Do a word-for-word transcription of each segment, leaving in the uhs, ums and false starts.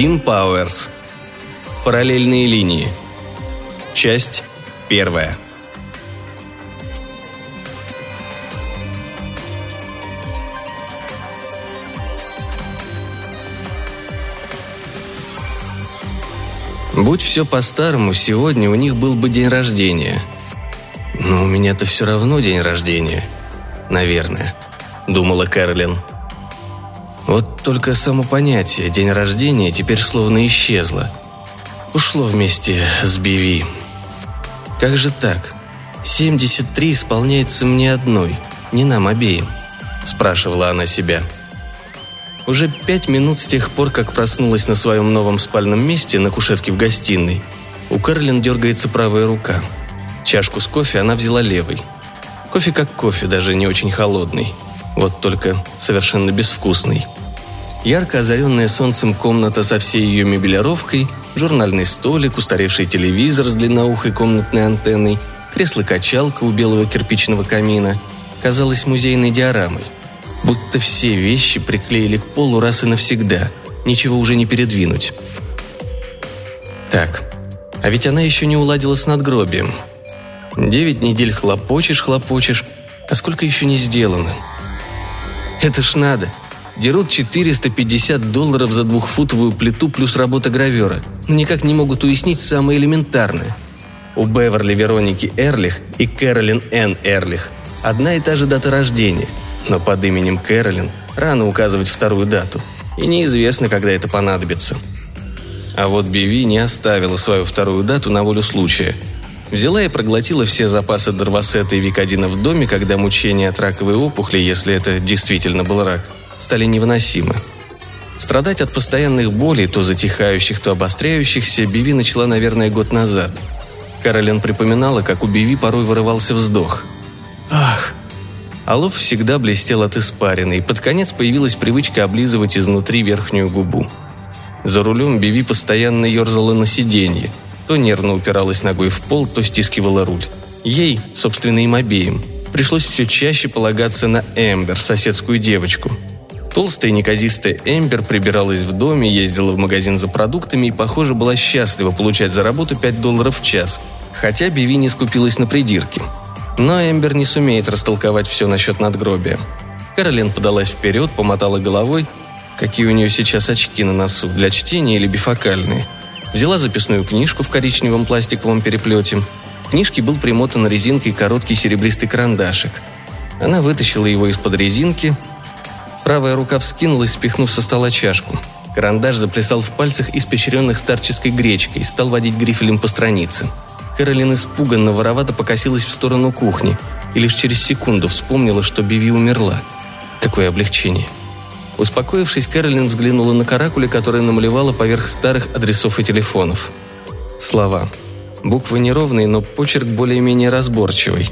Тим Пауэрс. Параллельные линии. Часть первая. Будь все по-старому, сегодня у них был бы день рождения. Но у меня-то все равно день рождения. Наверное, думала Кэролин. Вот только само понятие «день рождения» теперь словно исчезло. Ушло вместе с Биви. Как же так? семьдесят три исполняется мне одной, не нам обеим, спрашивала она себя. Уже пять минут с тех пор, как проснулась на своем новом спальном месте на кушетке в гостиной, у Кэролин дергается правая рука. Чашку с кофе она взяла левой. Кофе как кофе, даже не очень холодный. Вот только совершенно безвкусный. Ярко озаренная солнцем комната со всей ее мебелировкой, журнальный столик, устаревший телевизор с длинноухой комнатной антенной, кресло-качалка у белого кирпичного камина казалось музейной диорамой. Будто все вещи приклеили к полу раз и навсегда, ничего уже не передвинуть. Так, а ведь она еще не уладила с надгробием. Девять недель хлопочешь-хлопочешь, а сколько еще не сделано? Это ж надо. Дерут четыреста пятьдесят долларов за двухфутовую плиту плюс работа гравера, но никак не могут уяснить самое элементарное. У Беверли Вероники Эрлих и Кэролин Энн Эрлих одна и та же дата рождения, но под именем Кэролин рано указывать вторую дату, и неизвестно, когда это понадобится. А вот Биви не оставила свою вторую дату на волю случая. Взяла и проглотила все запасы дорвасета и викодина в доме, когда мучения от раковой опухоли, если это действительно был рак, стали невыносимы. Страдать от постоянных болей, то затихающих, то обостряющихся, Биви начала, наверное, год назад. Кэролин припоминала, как у Биви порой вырывался вздох. «Ах!» А лоб всегда блестел от испарины, и под конец появилась привычка облизывать изнутри верхнюю губу. За рулем Биви постоянно ерзала на сиденье, то нервно упиралась ногой в пол, то стискивала руль. Ей, собственно, им обеим, пришлось все чаще полагаться на Эмбер, соседскую девочку. Толстая неказистая Эмбер прибиралась в доме, ездила в магазин за продуктами и, похоже, была счастлива получать за работу пять долларов в час, хотя Биви не скупилась на придирки. Но Эмбер не сумеет растолковать все насчет надгробия. Кэролин подалась вперед, помотала головой, какие у нее сейчас очки на носу, для чтения или бифокальные. Взяла записную книжку в коричневом пластиковом переплете. К книжке был примотан резинкой короткий серебристый карандашик. Она вытащила его из-под резинки. Правая рука вскинулась, спихнув со стола чашку. Карандаш заплясал в пальцах, испещренных старческой гречкой, стал водить грифелем по странице. Кэролин испуганно, воровато покосилась в сторону кухни и лишь через секунду вспомнила, что Биви умерла. Какое облегчение. Успокоившись, Кэролин взглянула на каракули, которые намалевала поверх старых адресов и телефонов. Слова. Буквы неровные, но почерк более-менее разборчивый.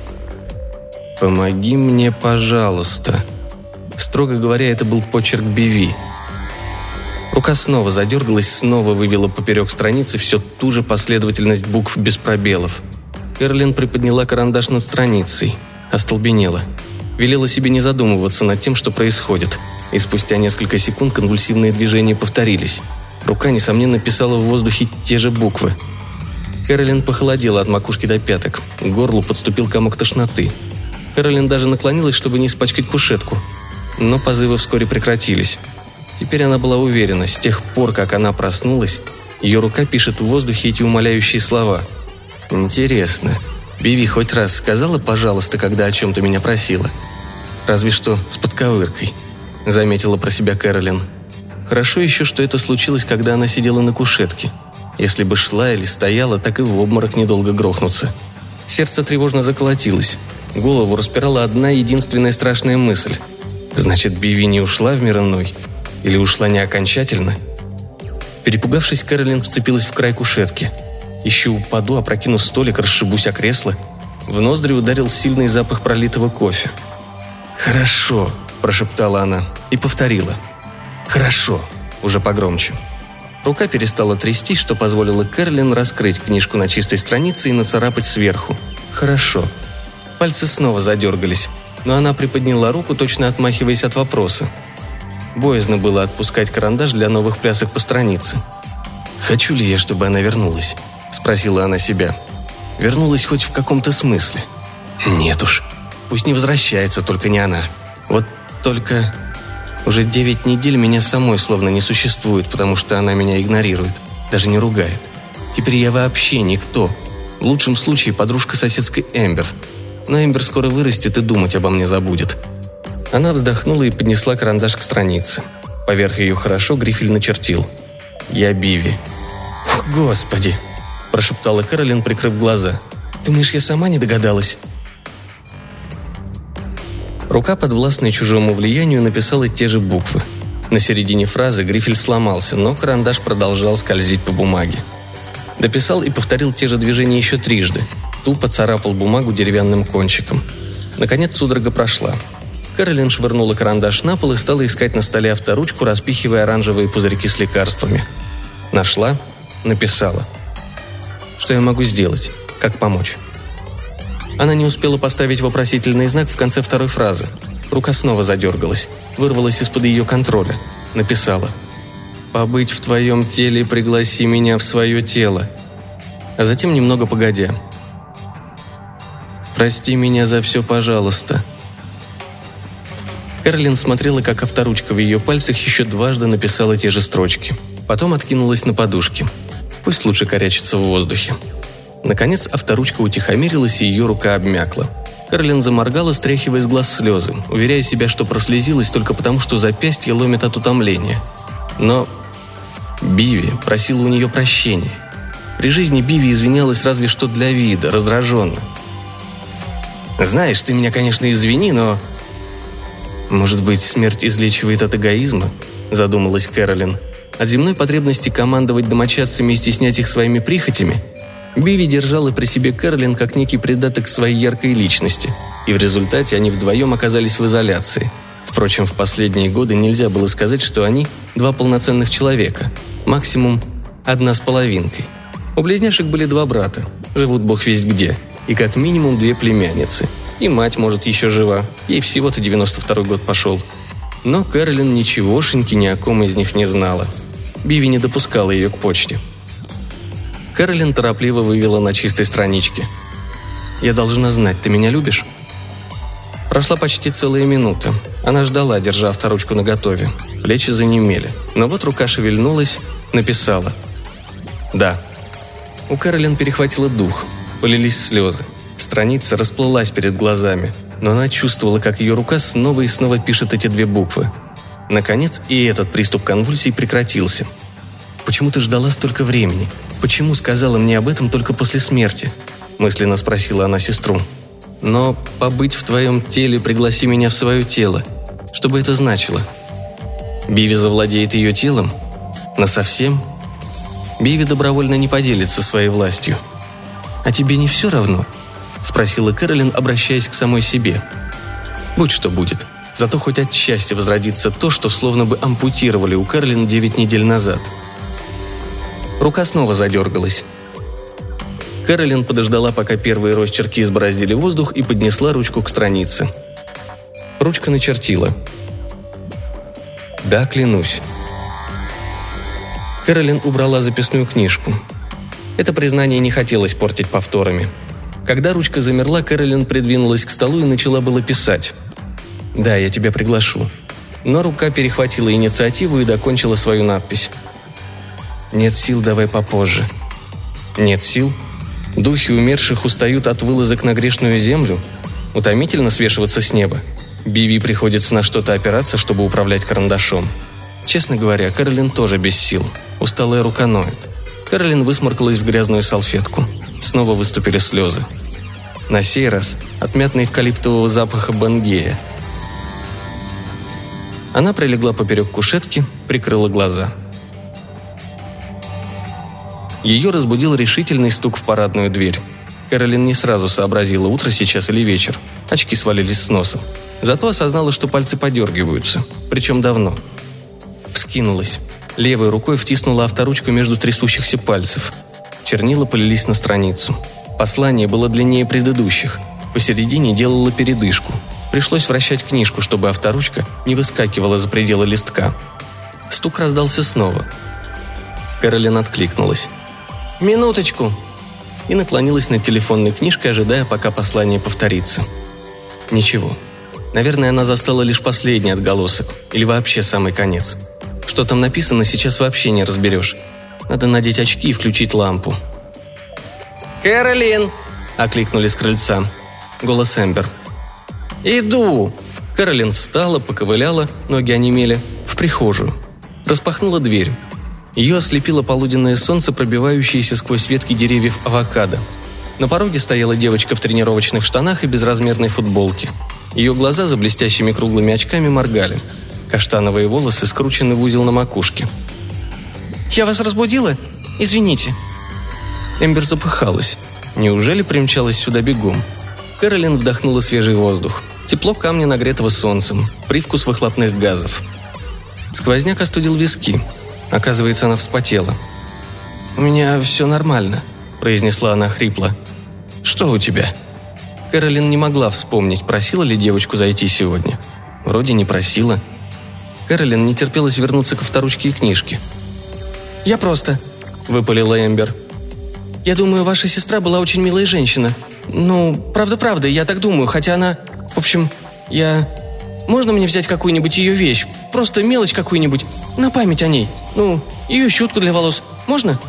«Помоги мне, пожалуйста». Строго говоря, это был почерк Биви. Рука снова задергалась, снова вывела поперек страницы все ту же последовательность букв без пробелов. Кэролин приподняла карандаш над страницей. Остолбенела. Велела себе не задумываться над тем, что происходит. И спустя несколько секунд конвульсивные движения повторились. Рука, несомненно, писала в воздухе те же буквы. Кэролин похолодела от макушки до пяток. К горлу подступил комок тошноты. Кэролин даже наклонилась, чтобы не испачкать кушетку. Но позывы вскоре прекратились. Теперь она была уверена, с тех пор, как она проснулась, ее рука пишет в воздухе эти умоляющие слова. Интересно, Биви хоть раз сказала «пожалуйста», когда о чем-то меня просила? Разве что с подковыркой, заметила про себя Кэролин. Хорошо еще, что это случилось, когда она сидела на кушетке. Если бы шла или стояла, так и в обморок недолго грохнуться. Сердце тревожно заколотилось. Голову распирала одна единственная страшная мысль. Значит, Биви не ушла в мир иной? Или ушла не окончательно? Перепугавшись, Кэролин вцепилась в край кушетки. Еще упаду, опрокину столик, расшибусь о кресло. В ноздри ударил сильный запах пролитого кофе. «Хорошо», – прошептала она и повторила. «Хорошо», уже погромче. Рука перестала трястись, что позволило Кэролин раскрыть книжку на чистой странице и нацарапать сверху. «Хорошо». Пальцы снова задергались, но она приподняла руку, точно отмахиваясь от вопроса. Боязно было отпускать карандаш для новых плясок по странице. «Хочу ли я, чтобы она вернулась?» – спросила она себя. «Вернулась хоть в каком-то смысле?» «Нет уж. Пусть не возвращается, только не она. Вот только уже девять недель меня самой словно не существует, потому что она меня игнорирует, даже не ругает. Теперь я вообще никто. В лучшем случае подружка соседской Эмбер. Но Эмбер скоро вырастет и думать обо мне забудет». Она вздохнула и поднесла карандаш к странице. Поверх ее хорошо Грифель начертил: «Я Биви». «О, Господи!» – прошептала Кэролин, прикрыв глаза. «Думаешь, я сама не догадалась?» Рука, подвластная чужому влиянию, написала те же буквы. На середине фразы Грифель сломался, но карандаш продолжал скользить по бумаге. Дописал и повторил те же движения еще трижды. Тупо царапал бумагу деревянным кончиком. Наконец судорога прошла. Кэролин швырнула карандаш на пол и стала искать на столе авторучку, распихивая оранжевые пузырьки с лекарствами. Нашла, написала. Что я могу сделать? Как помочь? Она не успела поставить вопросительный знак в конце второй фразы. Рука снова задергалась, вырвалась из-под ее контроля. Написала: «Побыть в твоем теле, пригласи меня в свое тело». А затем, немного погодя: «Прости меня за все, пожалуйста». Кэролин смотрела, как авторучка в ее пальцах еще дважды написала те же строчки. Потом откинулась на подушке. Пусть лучше корячится в воздухе. Наконец авторучка утихомирилась, и ее рука обмякла. Кэролин заморгала, стряхивая с глаз слезы, уверяя себя, что прослезилась только потому, что запястье ломит от утомления. Но Биви просила у нее прощения. При жизни Биви извинялась разве что для вида, раздраженно. «Знаешь, ты меня, конечно, извини, но...» «Может быть, смерть излечивает от эгоизма?» – задумалась Кэролин. «От земной потребности командовать домочадцами и стеснять их своими прихотями?» Биви держала при себе Кэролин как некий придаток своей яркой личности, и в результате они вдвоем оказались в изоляции. Впрочем, в последние годы нельзя было сказать, что они два полноценных человека, максимум одна с половинкой. У близняшек были два брата, живут бог весть где, и как минимум две племянницы. И мать, может, еще жива, ей всего-то девяносто второй год пошел. Но Кэролин ничегошеньки ни о ком из них не знала. Биви не допускала ее к почте. Кэролин торопливо вывела на чистой страничке: «Я должна знать, ты меня любишь?» Прошла почти целая минута. Она ждала, держа авторучку наготове. Плечи занемели. Но вот рука шевельнулась, написала: «Да». У Кэролин перехватило дух. Полились слезы. Страница расплылась перед глазами, но она чувствовала, как ее рука снова и снова пишет эти две буквы. Наконец и этот приступ конвульсий прекратился. «Почему ты ждала столько времени? Почему сказала мне об этом только после смерти?» – мысленно спросила она сестру. «Но побыть в твоем теле, пригласи меня в свое тело. Что бы это значило? Биви завладеет ее телом? Насовсем? Биви добровольно не поделится своей властью. А тебе не все равно?» – спросила Кэролин, обращаясь к самой себе. «Будь что будет. Зато хоть отчасти возродится то, что словно бы ампутировали у Кэролин девять недель назад». Рука снова задергалась. Кэролин подождала, пока первые росчерки избороздили воздух, и поднесла ручку к странице. Ручка начертила: «Да, клянусь». Кэролин убрала записную книжку. Это признание не хотелось портить повторами. Когда ручка замерла, Кэролин придвинулась к столу и начала было писать: «Да, я тебя приглашу». Но рука перехватила инициативу и докончила свою надпись: «Нет сил, давай попозже». «Нет сил? Духи умерших устают от вылазок на грешную землю? Утомительно свешиваться с неба? Биви приходится на что-то опираться, чтобы управлять карандашом». Честно говоря, Кэролин тоже без сил. Усталая рука ноет. Кэролин высморкалась в грязную салфетку. Снова выступили слезы. На сей раз от мятно-эвкалиптового запаха бангея. Она прилегла поперек кушетки, прикрыла глаза. Ее разбудил решительный стук в парадную дверь. Кэролин не сразу сообразила, утро сейчас или вечер. Очки свалились с носа. Зато осознала, что пальцы подергиваются. Причем давно. Вскинулась. Левой рукой втиснула авторучку между трясущихся пальцев. Чернила полились на страницу. Послание было длиннее предыдущих. Посередине делало передышку. Пришлось вращать книжку, чтобы авторучка не выскакивала за пределы листка. Стук раздался снова. Кэролин откликнулась. «Минуточку!» и наклонилась над телефонной книжкой, ожидая, пока послание повторится. Ничего. Наверное, она застала лишь последний отголосок, или вообще самый конец. Что там написано, сейчас вообще не разберешь. Надо надеть очки и включить лампу. «Кэролин!» – окликнули с крыльца. Голос Эмбер. «Иду!» Кэролин встала, поковыляла, ноги онемели, в прихожую. Распахнула дверь. Ее ослепило полуденное солнце, пробивающееся сквозь ветки деревьев авокадо. На пороге стояла девочка в тренировочных штанах и безразмерной футболке. Ее глаза за блестящими круглыми очками моргали. Каштановые волосы скручены в узел на макушке. «Я вас разбудила? Извините». Эмбер запыхалась. Неужели примчалась сюда бегом? Кэролин вдохнула свежий воздух. Тепло камня, нагретого солнцем. Привкус выхлопных газов. Сквозняк остудил виски. Оказывается, она вспотела. «У меня все нормально», – произнесла она хрипло. «Что у тебя?» Кэролин не могла вспомнить, просила ли девочку зайти сегодня. Вроде не просила. Кэролин не терпелось вернуться к авторучке и книжке. «Я просто», – выпалила Эмбер. «Я думаю, ваша сестра была очень милая женщина. Ну, правда-правда, я так думаю, хотя она... В общем, я... Можно мне взять какую-нибудь ее вещь? Просто мелочь какую-нибудь, на память о ней. Ну, ее щетку для волос. Можно?»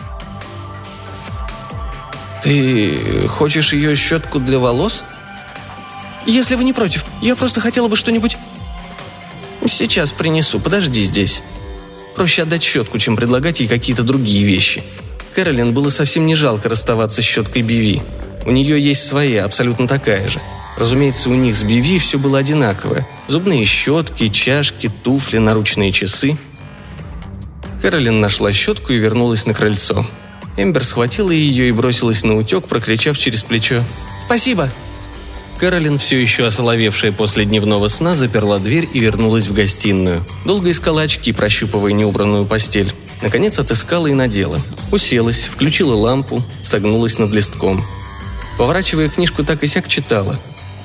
«Ты хочешь ее щетку для волос?» «Если вы не против, я просто хотела бы что-нибудь...» «Сейчас принесу, подожди здесь». Проще отдать щетку, чем предлагать ей какие-то другие вещи. Кэролин было совсем не жалко расставаться с щеткой Биви. У нее есть своя, абсолютно такая же. Разумеется, у них с Биви все было одинаковое. Зубные щетки, чашки, туфли, наручные часы. Кэролин нашла щетку и вернулась на крыльцо. Эмбер схватила ее и бросилась на утек, прокричав через плечо «Спасибо!». Кэролин, все еще осоловевшая после дневного сна, заперла дверь и вернулась в гостиную. Долго искала очки, прощупывая неубранную постель. Наконец отыскала и надела. Уселась, включила лампу, согнулась над листком. Поворачивая книжку, так и сяк читала.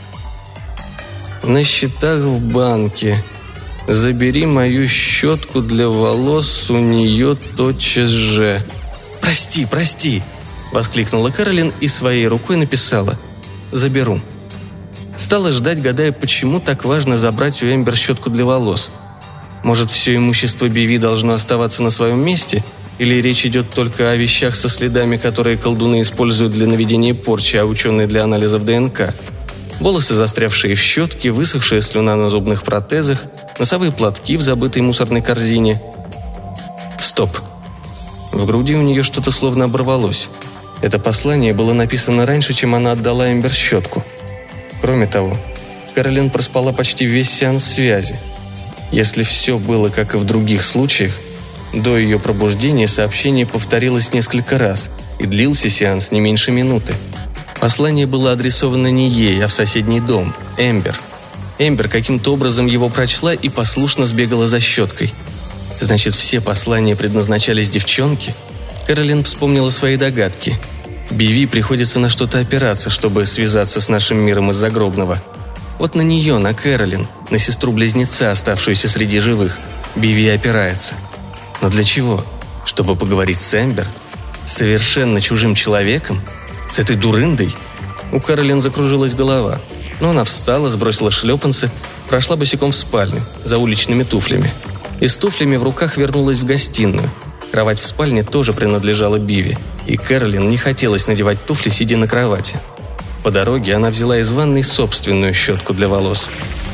«На счетах в банке. Забери мою щетку для волос у нее тотчас же». «Прости, прости!» – воскликнула Кэролин и своей рукой написала «Заберу». Стала ждать, гадая, почему так важно забрать у Эмбер щетку для волос. Может, все имущество Биви должно оставаться на своем месте? Или речь идет только о вещах со следами, которые колдуны используют для наведения порчи, а ученые для анализов ДНК? Волосы, застрявшие в щетке, высохшая слюна на зубных протезах, носовые платки в забытой мусорной корзине. Стоп. В груди у нее что-то словно оборвалось. Это послание было написано раньше, чем она отдала Эмбер щетку. Кроме того, Кэролин проспала почти весь сеанс связи. Если все было, как и в других случаях, до ее пробуждения сообщение повторилось несколько раз, и длился сеанс не меньше минуты. Послание было адресовано не ей, а в соседний дом, Эмбер. Эмбер каким-то образом его прочла и послушно сбегала за щеткой. Значит, все послания предназначались девчонке? Кэролин вспомнила свои догадки. Биви приходится на что-то опираться, чтобы связаться с нашим миром из загробного. Вот на нее, на Кэролин, на сестру-близнеца, оставшуюся среди живых, Биви опирается. Но для чего? Чтобы поговорить с Эмбер? С совершенно чужим человеком? С этой дурындой? У Кэролин закружилась голова. Но она встала, сбросила шлепанцы, прошла босиком в спальню, за уличными туфлями. И с туфлями в руках вернулась в гостиную. Кровать в спальне тоже принадлежала Биви, и Кэролин не хотелось надевать туфли, сидя на кровати. По дороге она взяла из ванной собственную щетку для волос.